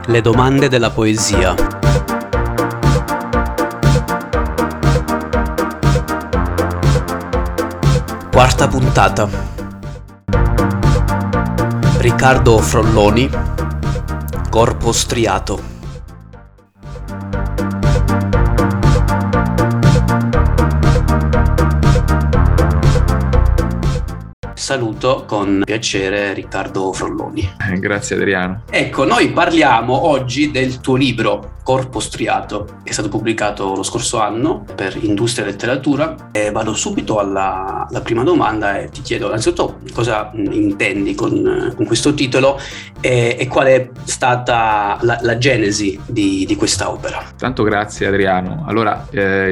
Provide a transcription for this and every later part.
Le domande della poesia. Quarta puntata. Riccardo Frolloni, Corpo striato. Saluto con piacere Riccardo Frolloni. Grazie Adriano. Ecco, noi parliamo oggi del tuo libro Corpo striato, che è stato pubblicato lo scorso anno per Industria e Letteratura, e vado subito alla prima domanda e ti chiedo innanzitutto cosa intendi con questo titolo e qual è stata la genesi di questa opera. Tanto grazie Adriano. Allora,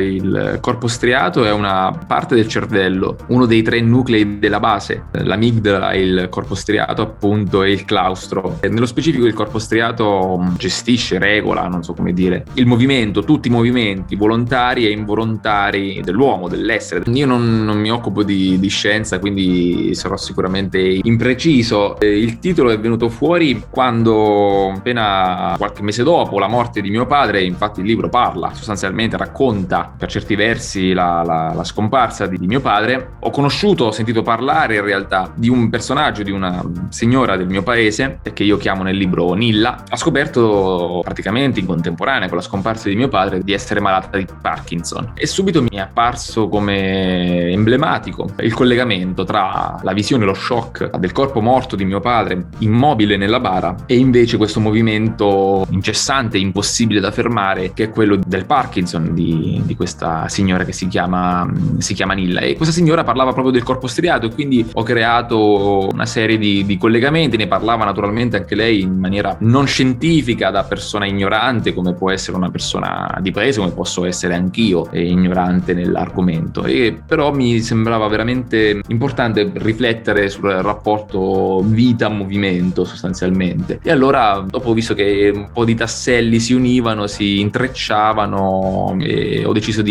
il corpo striato è una parte del cervello, uno dei 3 nuclei della base, l'amigdala, il corpo striato appunto e il claustro. Nello specifico il corpo striato gestisce, regola, non so come dire, il movimento, tutti i movimenti volontari e involontari dell'uomo, dell'essere. Io non mi occupo di scienza, quindi sarò sicuramente impreciso. Il titolo è venuto fuori quando, appena qualche mese dopo la morte di mio padre, infatti il libro parla, sostanzialmente racconta per certi versi la scomparsa di mio padre. Ho sentito parlare in realtà di un personaggio, di una signora del mio paese, che io chiamo nel libro Nilla. Ha scoperto praticamente in contemporanea con la scomparsa di mio padre di essere malata di Parkinson, e subito mi è apparso come emblematico il collegamento tra la visione, lo shock del corpo morto di mio padre immobile nella bara e invece questo movimento incessante, impossibile da fermare, che è quello del Parkinson di questa signora che si chiama Nilla. E questa signora parlava proprio del corpo striato, e quindi ho creato una serie di collegamenti. Ne parlava naturalmente anche lei in maniera non scientifica, da persona ignorante come può essere una persona di paese, come posso essere anch'io ignorante nell'argomento, e però mi sembrava veramente importante riflettere sul rapporto vita-movimento sostanzialmente. E allora, dopo, visto che un po' di tasselli si univano, si intrecciavano, e ho deciso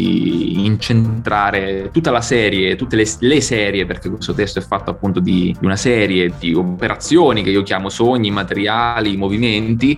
di incentrare tutta la serie, tutte le serie, perché questo testo è fatto appunto di una serie di operazioni che io chiamo sogni, materiali, movimenti,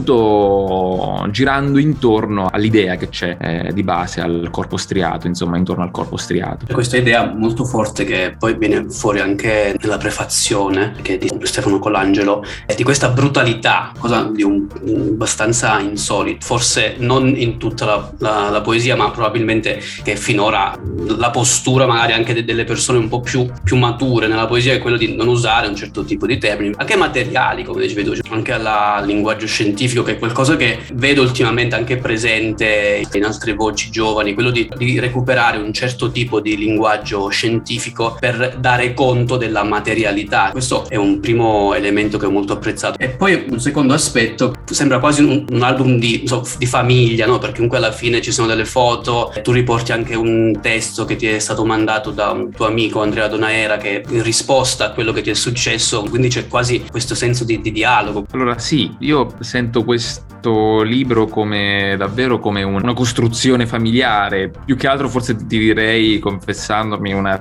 appunto girando intorno all'idea che c'è di base al corpo striato, insomma intorno al corpo striato. Questa idea molto forte, che poi viene fuori anche nella prefazione, che è di Stefano Colangelo, è di questa brutalità, cosa di abbastanza insolito, forse non in tutta la poesia, ma probabilmente che finora la postura magari anche delle persone un po' più mature nella poesia è quello di non usare un certo tipo di termini, anche materiali, come dicevi tu, anche al linguaggio scientifico, che è qualcosa che vedo ultimamente anche presente in altre voci giovani, quello di recuperare un certo tipo di linguaggio scientifico per dare conto della materialità. Questo è un primo elemento che ho molto apprezzato. E poi un secondo aspetto, sembra quasi un album di famiglia, no? Perché comunque alla fine ci sono delle foto, tu riporti anche un testo che ti è stato mandato da un tuo amico Andrea Donaera, che in risposta a quello che ti è successo, quindi c'è quasi questo senso di dialogo. Allora sì, io sento questo libro davvero come una costruzione familiare, più che altro forse ti direi, confessandomi, una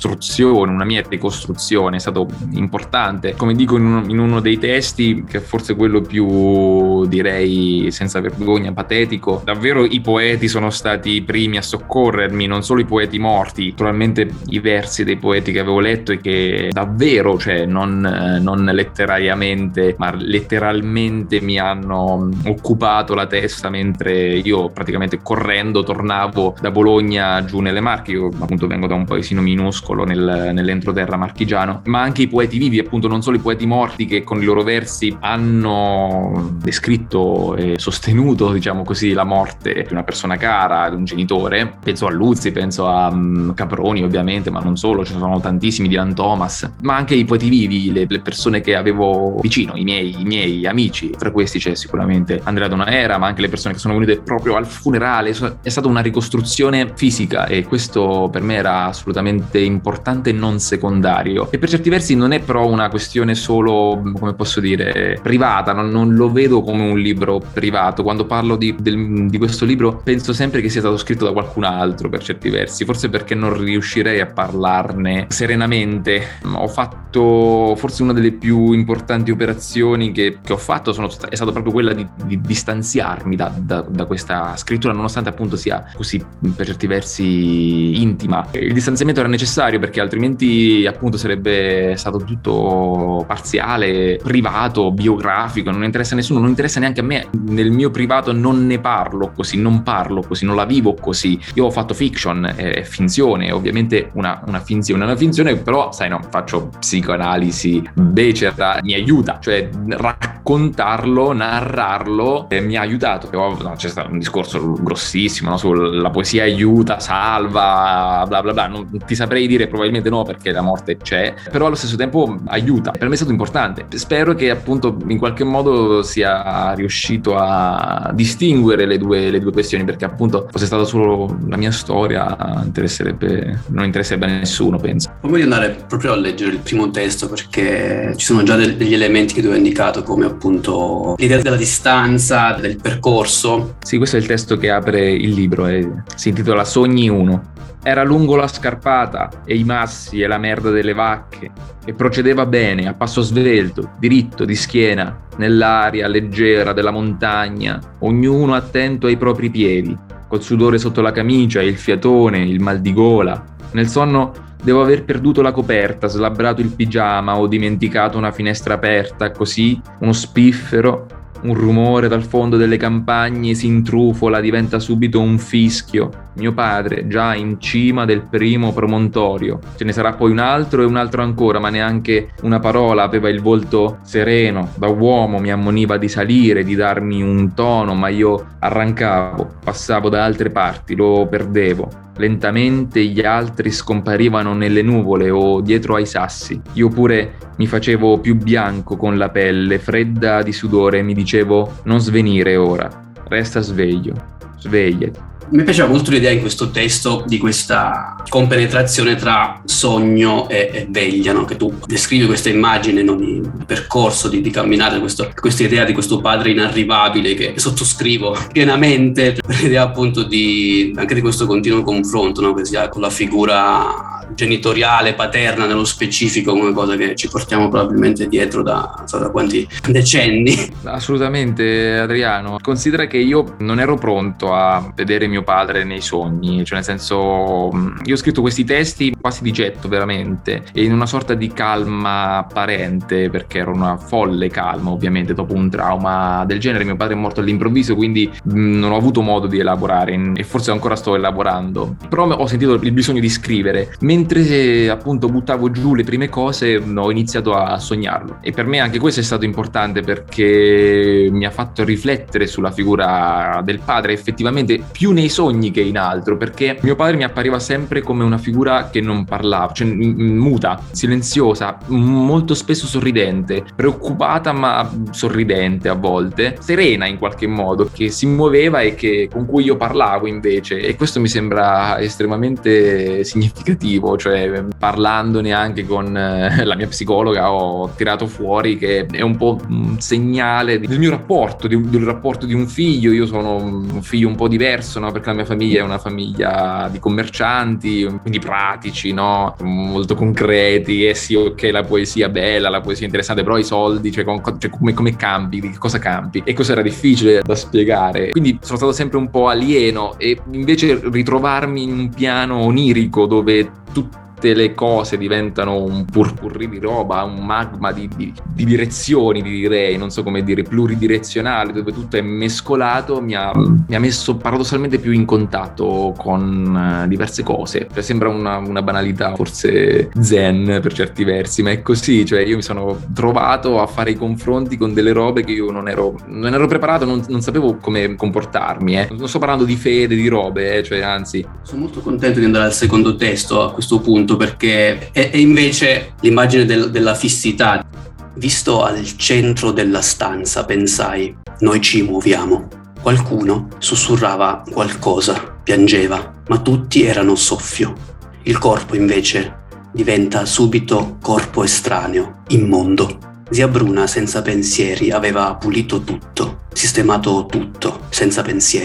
mia ricostruzione. È stato importante, come dico in uno dei testi, che è forse quello più, direi senza vergogna, patetico. Davvero i poeti sono stati i primi a soccorrermi, non solo i poeti morti, naturalmente i versi dei poeti che avevo letto e che davvero, cioè non letterariamente ma letteralmente mi hanno occupato la testa mentre io praticamente correndo tornavo da Bologna giù nelle Marche. Io appunto vengo da un paesino minuscolo nell'entroterra marchigiano, ma anche i poeti vivi, appunto, non solo i poeti morti, che con i loro versi hanno descritto e sostenuto, diciamo così, la morte di una persona cara, di un genitore. Penso a Luzzi, penso a Caproni ovviamente, ma non solo, ci sono tantissimi, Dylan Thomas, ma anche i poeti vivi, le persone che avevo vicino, i miei amici. Tra questi c'è sicuramente Andrea Donaera, ma anche le persone che sono venute proprio al funerale. È stata una ricostruzione fisica, e questo per me era assolutamente importante e non secondario. E per certi versi non è però una questione solo, come posso dire, privata, non lo vedo come un libro privato. Quando parlo di questo libro penso sempre che sia stato scritto da qualcun altro, per certi versi, forse perché non riuscirei a parlarne serenamente. Ho fatto fatto forse una delle più importanti operazioni che ho fatto è stata proprio quella di distanziarmi da questa scrittura, nonostante appunto sia così per certi versi intima. Il distanziamento era necessario perché altrimenti appunto sarebbe stato tutto parziale, privato, biografico, non interessa a nessuno, non interessa neanche a me. Nel mio privato non ne parlo così, non parlo così, non la vivo così. Io ho fatto fiction, finzione, ovviamente una finzione, però sai, no, faccio psicoanalisi becera, mi aiuta, cioè raccontarlo, narrarlo mi ha aiutato. C'è stato un discorso grossissimo, no, sulla poesia aiuta, salva, bla bla bla, non ti saprei dire, probabilmente no, perché la morte c'è, però allo stesso tempo aiuta. Per me è stato importante. Spero che appunto in qualche modo sia riuscito a distinguere le due questioni, perché appunto fosse stata solo la mia storia non interesserebbe a nessuno, penso. Poi voglio andare proprio a leggere il primo testo, perché ci sono già degli elementi che tu hai indicato, come appunto l'idea della distanza, del percorso. Sì, questo è il testo che apre il libro e si intitola Sogni 1. Era lungo la scarpata e i massi e la merda delle vacche e procedeva bene, a passo svelto, diritto, di schiena, nell'aria leggera della montagna, ognuno attento ai propri piedi, col sudore sotto la camicia, il fiatone, il mal di gola. Nel sonno devo aver perduto la coperta, slabbrato il pigiama o dimenticato una finestra aperta, così uno spiffero, un rumore dal fondo delle campagne si intrufola, diventa subito un fischio. Mio padre, già in cima del primo promontorio. Ce ne sarà poi un altro e un altro ancora, ma neanche una parola. Aveva il volto sereno, da uomo, mi ammoniva di salire, di darmi un tono, ma io arrancavo, passavo da altre parti, lo perdevo. Lentamente gli altri scomparivano nelle nuvole o dietro ai sassi. Io pure mi facevo più bianco con la pelle, fredda di sudore, mi dicevo: non svenire ora, resta sveglio, svegliati. Mi piaceva molto l'idea in questo testo di questa compenetrazione tra sogno e veglia, no? Che tu descrivi questa immagine, no? Di percorso, di camminare, questa idea di questo padre inarrivabile che sottoscrivo pienamente, l'idea appunto anche di questo continuo confronto, no? Che si ha con la figura genitoriale, paterna nello specifico, come cosa che ci portiamo probabilmente dietro da quanti decenni. Assolutamente, Adriano. Considera che io non ero pronto a vedere mio padre nei sogni, cioè nel senso, io ho scritto questi testi quasi di getto, veramente, e in una sorta di calma apparente, perché era una folle calma, ovviamente, dopo un trauma del genere. Mio padre è morto all'improvviso, quindi non ho avuto modo di elaborare, e forse ancora sto elaborando, però ho sentito il bisogno di scrivere. Mentre appunto buttavo giù le prime cose, ho iniziato a sognarlo, e per me anche questo è stato importante, perché mi ha fatto riflettere sulla figura del padre, effettivamente più nei sogni che in altro, perché mio padre mi appariva sempre come una figura che non parlava, cioè muta, silenziosa, molto spesso sorridente, preoccupata ma sorridente a volte, serena in qualche modo, che si muoveva e con cui io parlavo invece, e questo mi sembra estremamente significativo. Cioè, parlandone anche con la mia psicologa, ho tirato fuori che è un po' un segnale del mio rapporto, del rapporto di un figlio. Io sono un figlio un po' diverso, no? Perché la mia famiglia è una famiglia di commercianti, quindi pratici, no? Molto concreti. E sì, ok, la poesia bella, la poesia interessante, però i soldi, cioè come campi, di che cosa campi? E questo era difficile da spiegare. Quindi sono stato sempre un po' alieno, e invece ritrovarmi in un piano onirico dove tutte le cose diventano un purpurri di roba, un magma di direzioni, direi, non so come dire, pluridirezionale, dove tutto è mescolato, mi ha messo paradossalmente più in contatto con diverse cose. Cioè, sembra una banalità, forse zen per certi versi, ma è così. Cioè, io mi sono trovato a fare i confronti con delle robe che io non ero preparato, non sapevo come comportarmi. Non sto parlando di fede, di robe, cioè, anzi. Sono molto contento di andare al secondo testo a questo punto, perché è invece l'immagine della fissità. Visto al centro della stanza, pensai: noi ci muoviamo. Qualcuno sussurrava qualcosa, piangeva, ma tutti erano soffio. Il corpo invece diventa subito corpo estraneo, immondo. Zia Bruna, senza pensieri, aveva pulito tutto, sistemato tutto, senza pensieri.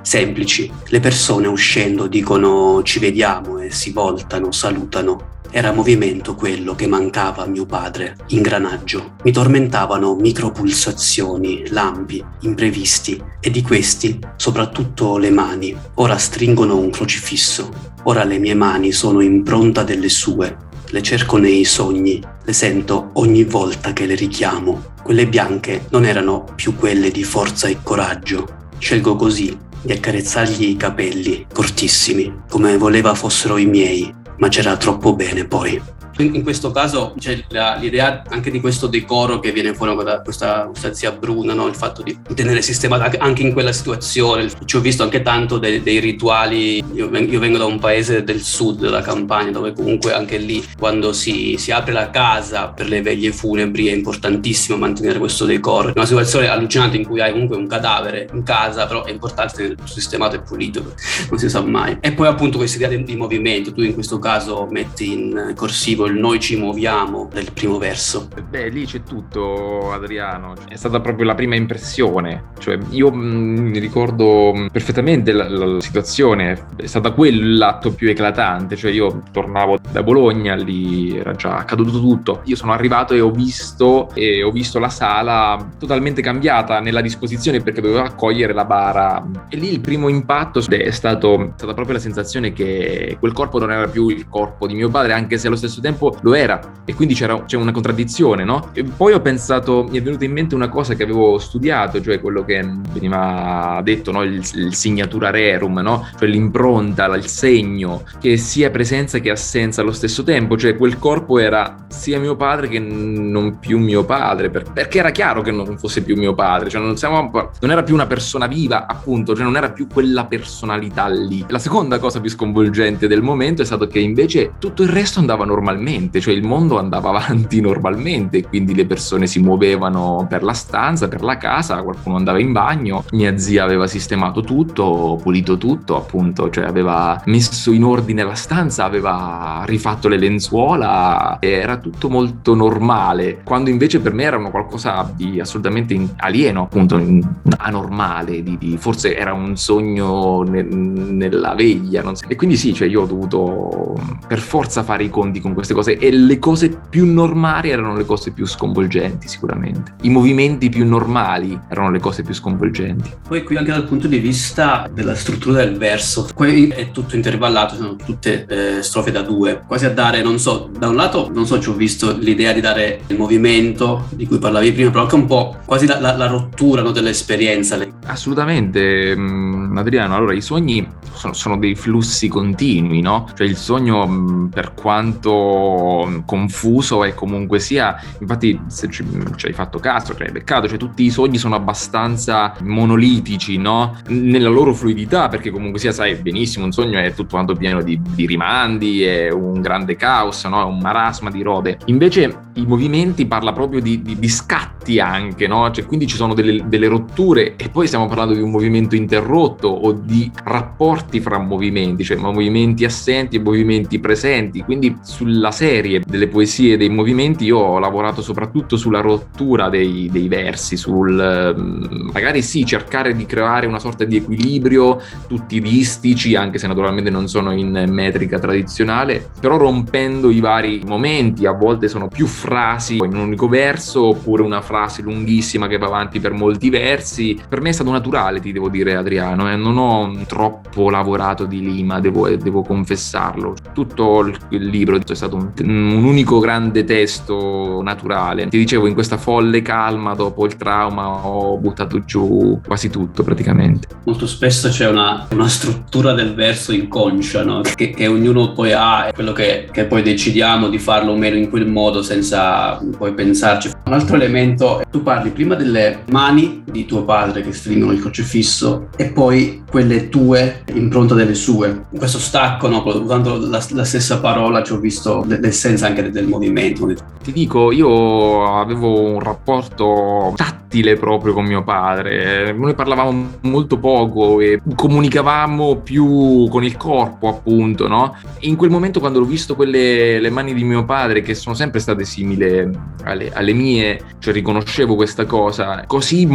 semplici. Le persone uscendo dicono ci vediamo e si voltano, salutano. Era movimento quello che mancava a mio padre, ingranaggio. Mi tormentavano micropulsazioni, lampi, imprevisti, e di questi soprattutto le mani. Ora stringono un crocifisso, ora le mie mani sono impronta delle sue. Le cerco nei sogni, le sento ogni volta che le richiamo. Quelle bianche non erano più quelle di forza e coraggio. Scelgo così di accarezzargli i capelli, cortissimi, come voleva fossero i miei. Ma c'era troppo bene poi. In questo caso c'è l'idea anche di questo decoro che viene fuori da questa zia Bruna, no? Il fatto di tenere sistemata anche in quella situazione. Ci ho visto anche tanto dei rituali. Io vengo da un paese del sud, della Campania, dove comunque anche lì quando si apre la casa per le veglie funebri è importantissimo mantenere questo decoro. È una situazione allucinante in cui hai comunque un cadavere in casa, però è importante tenere tutto sistemato e pulito, non si sa mai. E poi appunto questa idea di movimento, tu in questo caso metti in corsivo il noi ci muoviamo del primo verso. Beh, lì c'è tutto, Adriano. È stata proprio la prima impressione. Cioè, io mi ricordo perfettamente la situazione. È stata quell'atto più eclatante. Cioè, io tornavo da Bologna, lì era già accaduto tutto. Io sono arrivato e ho visto la sala totalmente cambiata nella disposizione, perché doveva accogliere la bara. E lì il primo impatto è stata proprio la sensazione che quel corpo non era più il corpo di mio padre, anche se allo stesso tempo lo era, e quindi c'è una contraddizione, no? E poi ho pensato, mi è venuta in mente una cosa che avevo studiato, cioè quello che veniva detto, no? Il signatura rerum, no? Cioè l'impronta, il segno, che sia presenza che assenza allo stesso tempo. Cioè quel corpo era sia mio padre che non più mio padre, perché era chiaro che non fosse più mio padre, cioè non era più una persona viva, appunto, cioè non era più quella personalità lì. La seconda cosa più sconvolgente del momento è stato che invece tutto il resto andava normalmente, cioè il mondo andava avanti normalmente, quindi le persone si muovevano per la stanza, per la casa, qualcuno andava in bagno, mia zia aveva sistemato tutto, pulito tutto, appunto, cioè aveva messo in ordine la stanza, aveva rifatto le lenzuola, era tutto molto normale, quando invece per me erano qualcosa di assolutamente alieno, appunto anormale, forse era un sogno nella veglia, non so. E quindi sì, cioè io ho dovuto per forza fare i conti con queste cose, e le cose più normali erano le cose più sconvolgenti, sicuramente. I movimenti più normali erano le cose più sconvolgenti. Poi qui anche dal punto di vista della struttura del verso, poi è tutto intervallato, sono tutte strofe da due, quasi a dare, non so, da un lato, non so, ci ho visto l'idea di dare il movimento di cui parlavi prima, però anche un po' quasi la rottura, no, dell'esperienza. Assolutamente, Adriano. Allora, i sogni sono dei flussi continui, no? Cioè il sogno, per quanto confuso e comunque sia, infatti se ci hai fatto caso, cioè hai beccato, cioè tutti i sogni sono abbastanza monolitici, no? Nella loro fluidità, perché comunque sia, sai benissimo, un sogno è tutto quanto pieno di rimandi, è un grande caos, no? È un marasma di robe. Invece i movimenti parla proprio di scatti anche, no? Cioè quindi ci sono delle rotture, e poi stiamo parlando di un movimento interrotto o di rapporti fra movimenti, cioè movimenti assenti e movimenti presenti. Quindi sulla serie delle poesie dei movimenti io ho lavorato soprattutto sulla rottura dei versi, magari sì, cercare di creare una sorta di equilibrio, tutti distici, anche se naturalmente non sono in metrica tradizionale, però rompendo i vari momenti. A volte sono più frasi in un unico verso, oppure una frase lunghissima che va avanti per molti versi. Per me è stato naturale, ti devo dire, Adriano, non ho troppo lavorato di lima, devo confessarlo. Tutto il libro è stato un unico grande testo naturale. Ti dicevo, in questa folle calma dopo il trauma ho buttato giù quasi tutto praticamente. Molto spesso c'è una struttura del verso inconscia, no? che ognuno poi ha, è quello che poi decidiamo di farlo o meno in quel modo senza poi pensarci. Un altro elemento, tu parli prima delle mani di tuo padre che stringono il crocifisso e poi quelle tue, impronta delle sue. In questo stacco, no? Usando la stessa parola, ci ho visto l'essenza anche del movimento. Ti dico, io avevo un rapporto tattico tattile proprio con mio padre. Noi parlavamo molto poco e comunicavamo più con il corpo, appunto, no? In quel momento, quando ho visto le mani di mio padre, che sono sempre state simili alle mie, cioè riconoscevo questa cosa, così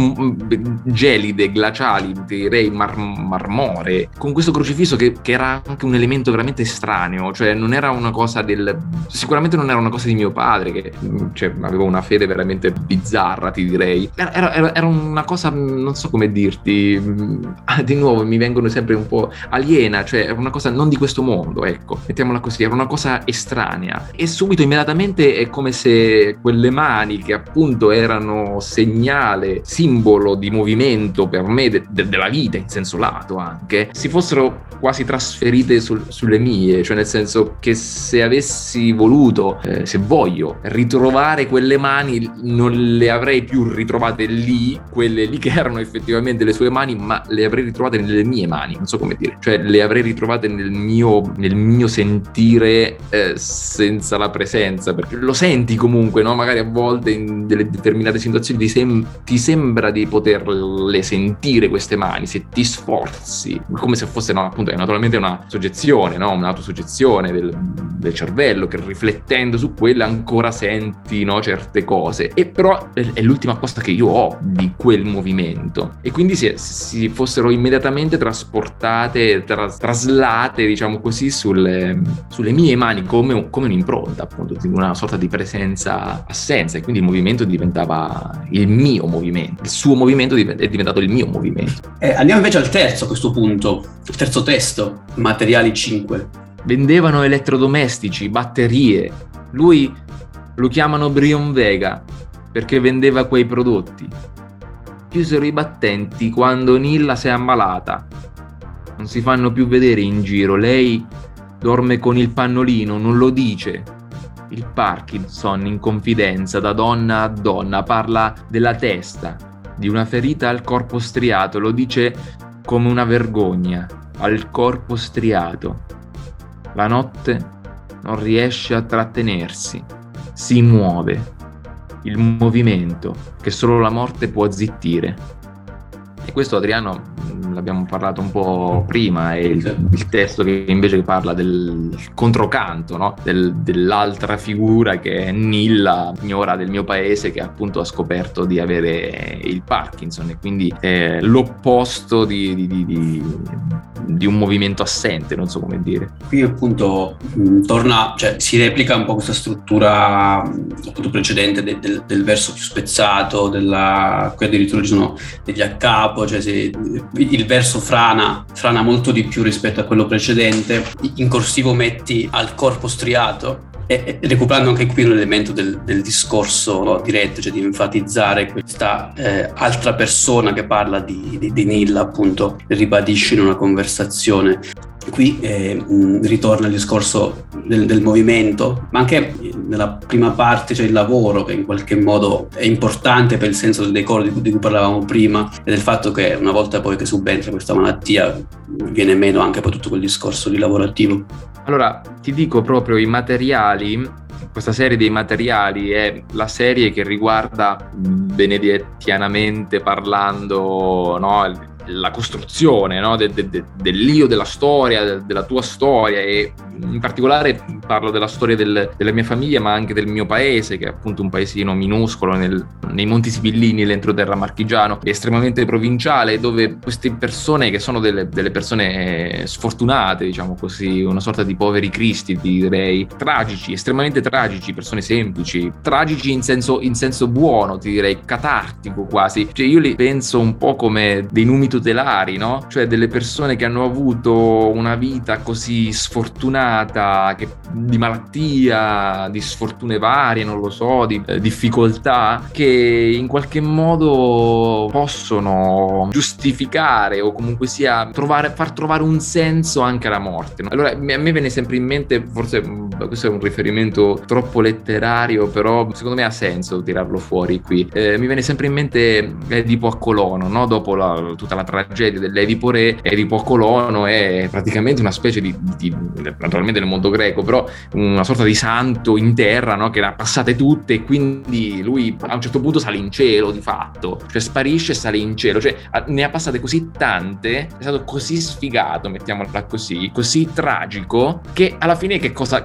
gelide, glaciali, direi marmoree, con questo crocifisso che era anche un elemento veramente estraneo, cioè non era una cosa sicuramente non era una cosa di mio padre, che cioè, aveva una fede veramente bizzarra, ti direi. Era una cosa, non so come dirti, di nuovo mi vengono sempre un po' aliena, cioè era una cosa non di questo mondo, ecco, mettiamola così, era una cosa estranea. E subito, immediatamente, è come se quelle mani, che appunto erano segnale, simbolo di movimento per me della vita in senso lato anche, si fossero quasi trasferite sulle mie, cioè nel senso che se avessi voluto, se voglio ritrovare quelle mani, non le avrei più ritrovate lì, quelle lì che erano effettivamente le sue mani, ma le avrei ritrovate nelle mie mani, non so come dire, cioè le avrei ritrovate nel mio sentire, senza la presenza, perché lo senti comunque, no? Magari a volte in delle determinate situazioni ti sembra di poterle sentire queste mani, se ti sforzi, come se fosse, no, appunto, è naturalmente una soggezione, no? Un'autosoggezione del cervello, che riflettendo su quella ancora senti, no, certe cose. E però è l'ultima cosa che io ho di quel movimento, e quindi si fossero immediatamente trasportate, traslate, diciamo così, sulle mie mani, come un'impronta, appunto, di una sorta di presenza-assenza, e quindi il movimento diventava il mio movimento, il suo movimento è diventato il mio movimento. Andiamo invece al terzo, a questo punto, il terzo testo, Materiali 5. Vendevano elettrodomestici, batterie. Lui lo chiamano Brion Vega perché vendeva quei prodotti. Chiusero i battenti quando Nilla si è ammalata. Non si fanno più vedere in giro. Lei dorme con il pannolino, non lo dice. Il Parkinson, in confidenza, da donna a donna, parla della testa, di una ferita al corpo striato. Lo dice come una vergogna. Al corpo striato. La notte non riesce a trattenersi, si muove, il movimento che solo la morte può zittire. E questo, Adriano, l'abbiamo parlato un po' prima, è il testo che invece parla del controcanto, no? Dell'altra figura, che è Nilla, signora del mio paese, che appunto ha scoperto di avere il Parkinson, e quindi è l'opposto di un movimento assente, non so come dire. Qui appunto torna, cioè si replica un po' questa struttura appunto precedente del verso più spezzato, qui addirittura ci sono degli a capo, cioè il verso frana molto di più rispetto a quello precedente. In corsivo metti al corpo striato, e recuperando anche qui un elemento del discorso, no, diretto, cioè di enfatizzare questa altra persona che parla di Nilla, appunto, ribadisce in una conversazione. Qui ritorna il discorso del movimento, ma anche nella prima parte c'è il lavoro, che in qualche modo è importante per il senso del decoro di cui parlavamo prima, e del fatto che una volta poi che subentra questa malattia viene meno anche poi tutto quel discorso di lavorativo. Allora, ti dico proprio i materiali. Questa serie dei materiali è la serie che riguarda, benedettianamente parlando, no, la costruzione, no, dell'io della storia, della tua storia, e in particolare parlo della storia della mia famiglia, ma anche del mio paese, che è appunto un paesino minuscolo nei Monti Sibillini, l'entroterra marchigiano, estremamente provinciale, dove queste persone, che sono delle persone sfortunate, diciamo così, una sorta di poveri cristi, direi, tragici, estremamente tragici, persone semplici, tragici in senso buono, ti direi, catartico quasi. Cioè io li penso un po' come dei numi tutelari, no? Cioè delle persone che hanno avuto una vita così sfortunata, di malattia, di sfortune varie, non lo so, di difficoltà, che in qualche modo possono giustificare, o comunque sia far trovare un senso anche alla morte, no? Allora a me viene sempre in mente, forse Questo è un riferimento troppo letterario, però secondo me ha senso tirarlo fuori qui. Mi viene sempre in mente Edipo a Colono, no? Dopo tutta la tragedia dell'Edipo Re, Edipo a Colono è praticamente una specie di naturalmente nel mondo greco, però una sorta di santo in terra, no? Che le ha passate tutte, e quindi lui a un certo punto sale in cielo di fatto, cioè sparisce e sale in cielo, cioè ne ha passate così tante, è stato così sfigato, mettiamola così tragico, che alla fine che cosa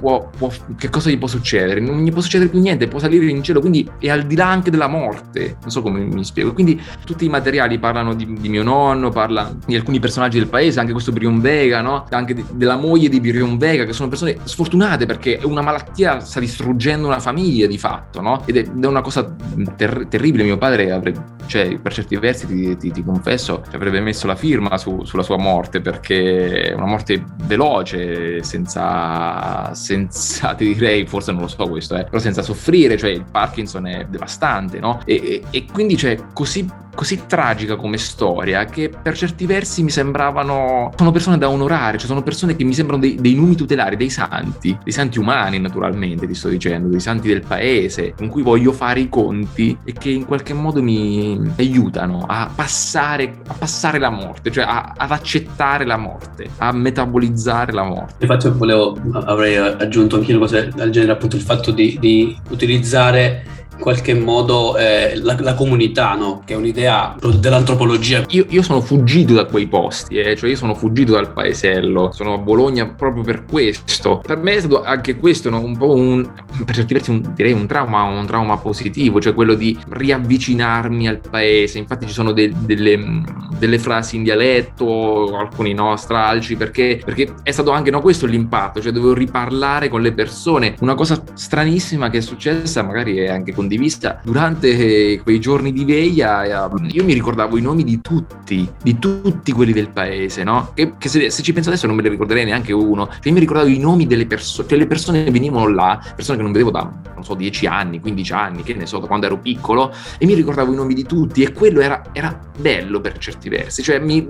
gli può succedere? Non gli può succedere più niente, può salire in cielo, quindi è al di là anche della morte, non so come mi spiego. Quindi tutti i materiali parlano di mio nonno, parla di alcuni personaggi del paese, anche questo Brion Vega, no? Anche della moglie di Brion Vega, che sono persone sfortunate perché una malattia sta distruggendo una famiglia di fatto, no? Ed è una cosa terribile. Mio padre avrebbe, cioè, per certi versi ti confesso, avrebbe messo la firma sulla sua morte, perché è una morte veloce, senza ti direi, forse non lo so questo, però senza soffrire, cioè il Parkinson è devastante, no? E quindi c'è così tragica come storia che per certi versi mi sembravano, sono persone da onorare, cioè sono persone che mi sembrano dei numi tutelari, dei santi umani, naturalmente ti sto dicendo, dei santi del paese con cui voglio fare i conti e che in qualche modo mi aiutano a passare la morte, cioè ad accettare la morte, a metabolizzare la morte. Infatti avrei aggiunto anche una cosa del genere, appunto il fatto di utilizzare in qualche modo la comunità, no? Che è un'idea dell'antropologia. Io sono fuggito da quei posti, cioè io sono fuggito dal paesello, sono a Bologna proprio per questo. Per me è stato anche questo, no? Un po' per certi versi direi un trauma positivo, cioè quello di riavvicinarmi al paese. Infatti ci sono delle frasi in dialetto, alcuni no, stralci, perché è stato anche questo l'impatto, cioè dovevo riparlare con le persone. Una cosa stranissima che è successa, magari è anche condivisa, durante quei giorni di veglia, io mi ricordavo i nomi di tutti quelli del paese, no? Che se ci penso adesso non me ne ricorderei neanche uno. Cioè io mi ricordavo i nomi delle persone, cioè le persone venivano là, persone che non vedevo da, non so, 10 anni, 15 anni, che ne so, da quando ero piccolo, e mi ricordavo i nomi di tutti, e quello era bello per certi versi, cioè mi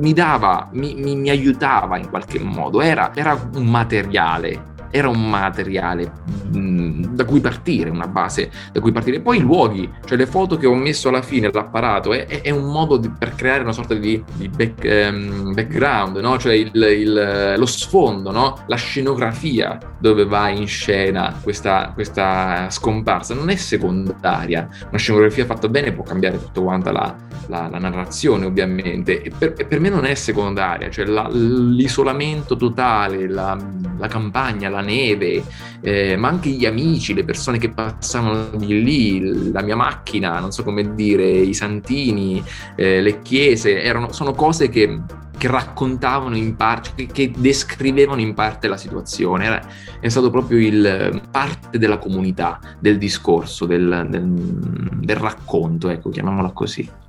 aiutava in qualche modo, era un materiale da cui partire, una base da cui partire. Poi i luoghi, cioè le foto che ho messo alla fine, l'apparato è un modo per creare una sorta di background, no? Cioè lo sfondo, no? La scenografia dove va in scena questa scomparsa non è secondaria. Una scenografia fatta bene può cambiare tutto quanta la narrazione, ovviamente, e per me non è secondaria, cioè l'isolamento totale, la campagna, la neve, ma anche gli amici, le persone che passavano di lì, la mia macchina, non so come dire, i santini, le chiese, sono cose che raccontavano in parte, che descrivevano in parte la situazione. È stato proprio parte della comunità, del discorso, del racconto, ecco, chiamiamola così.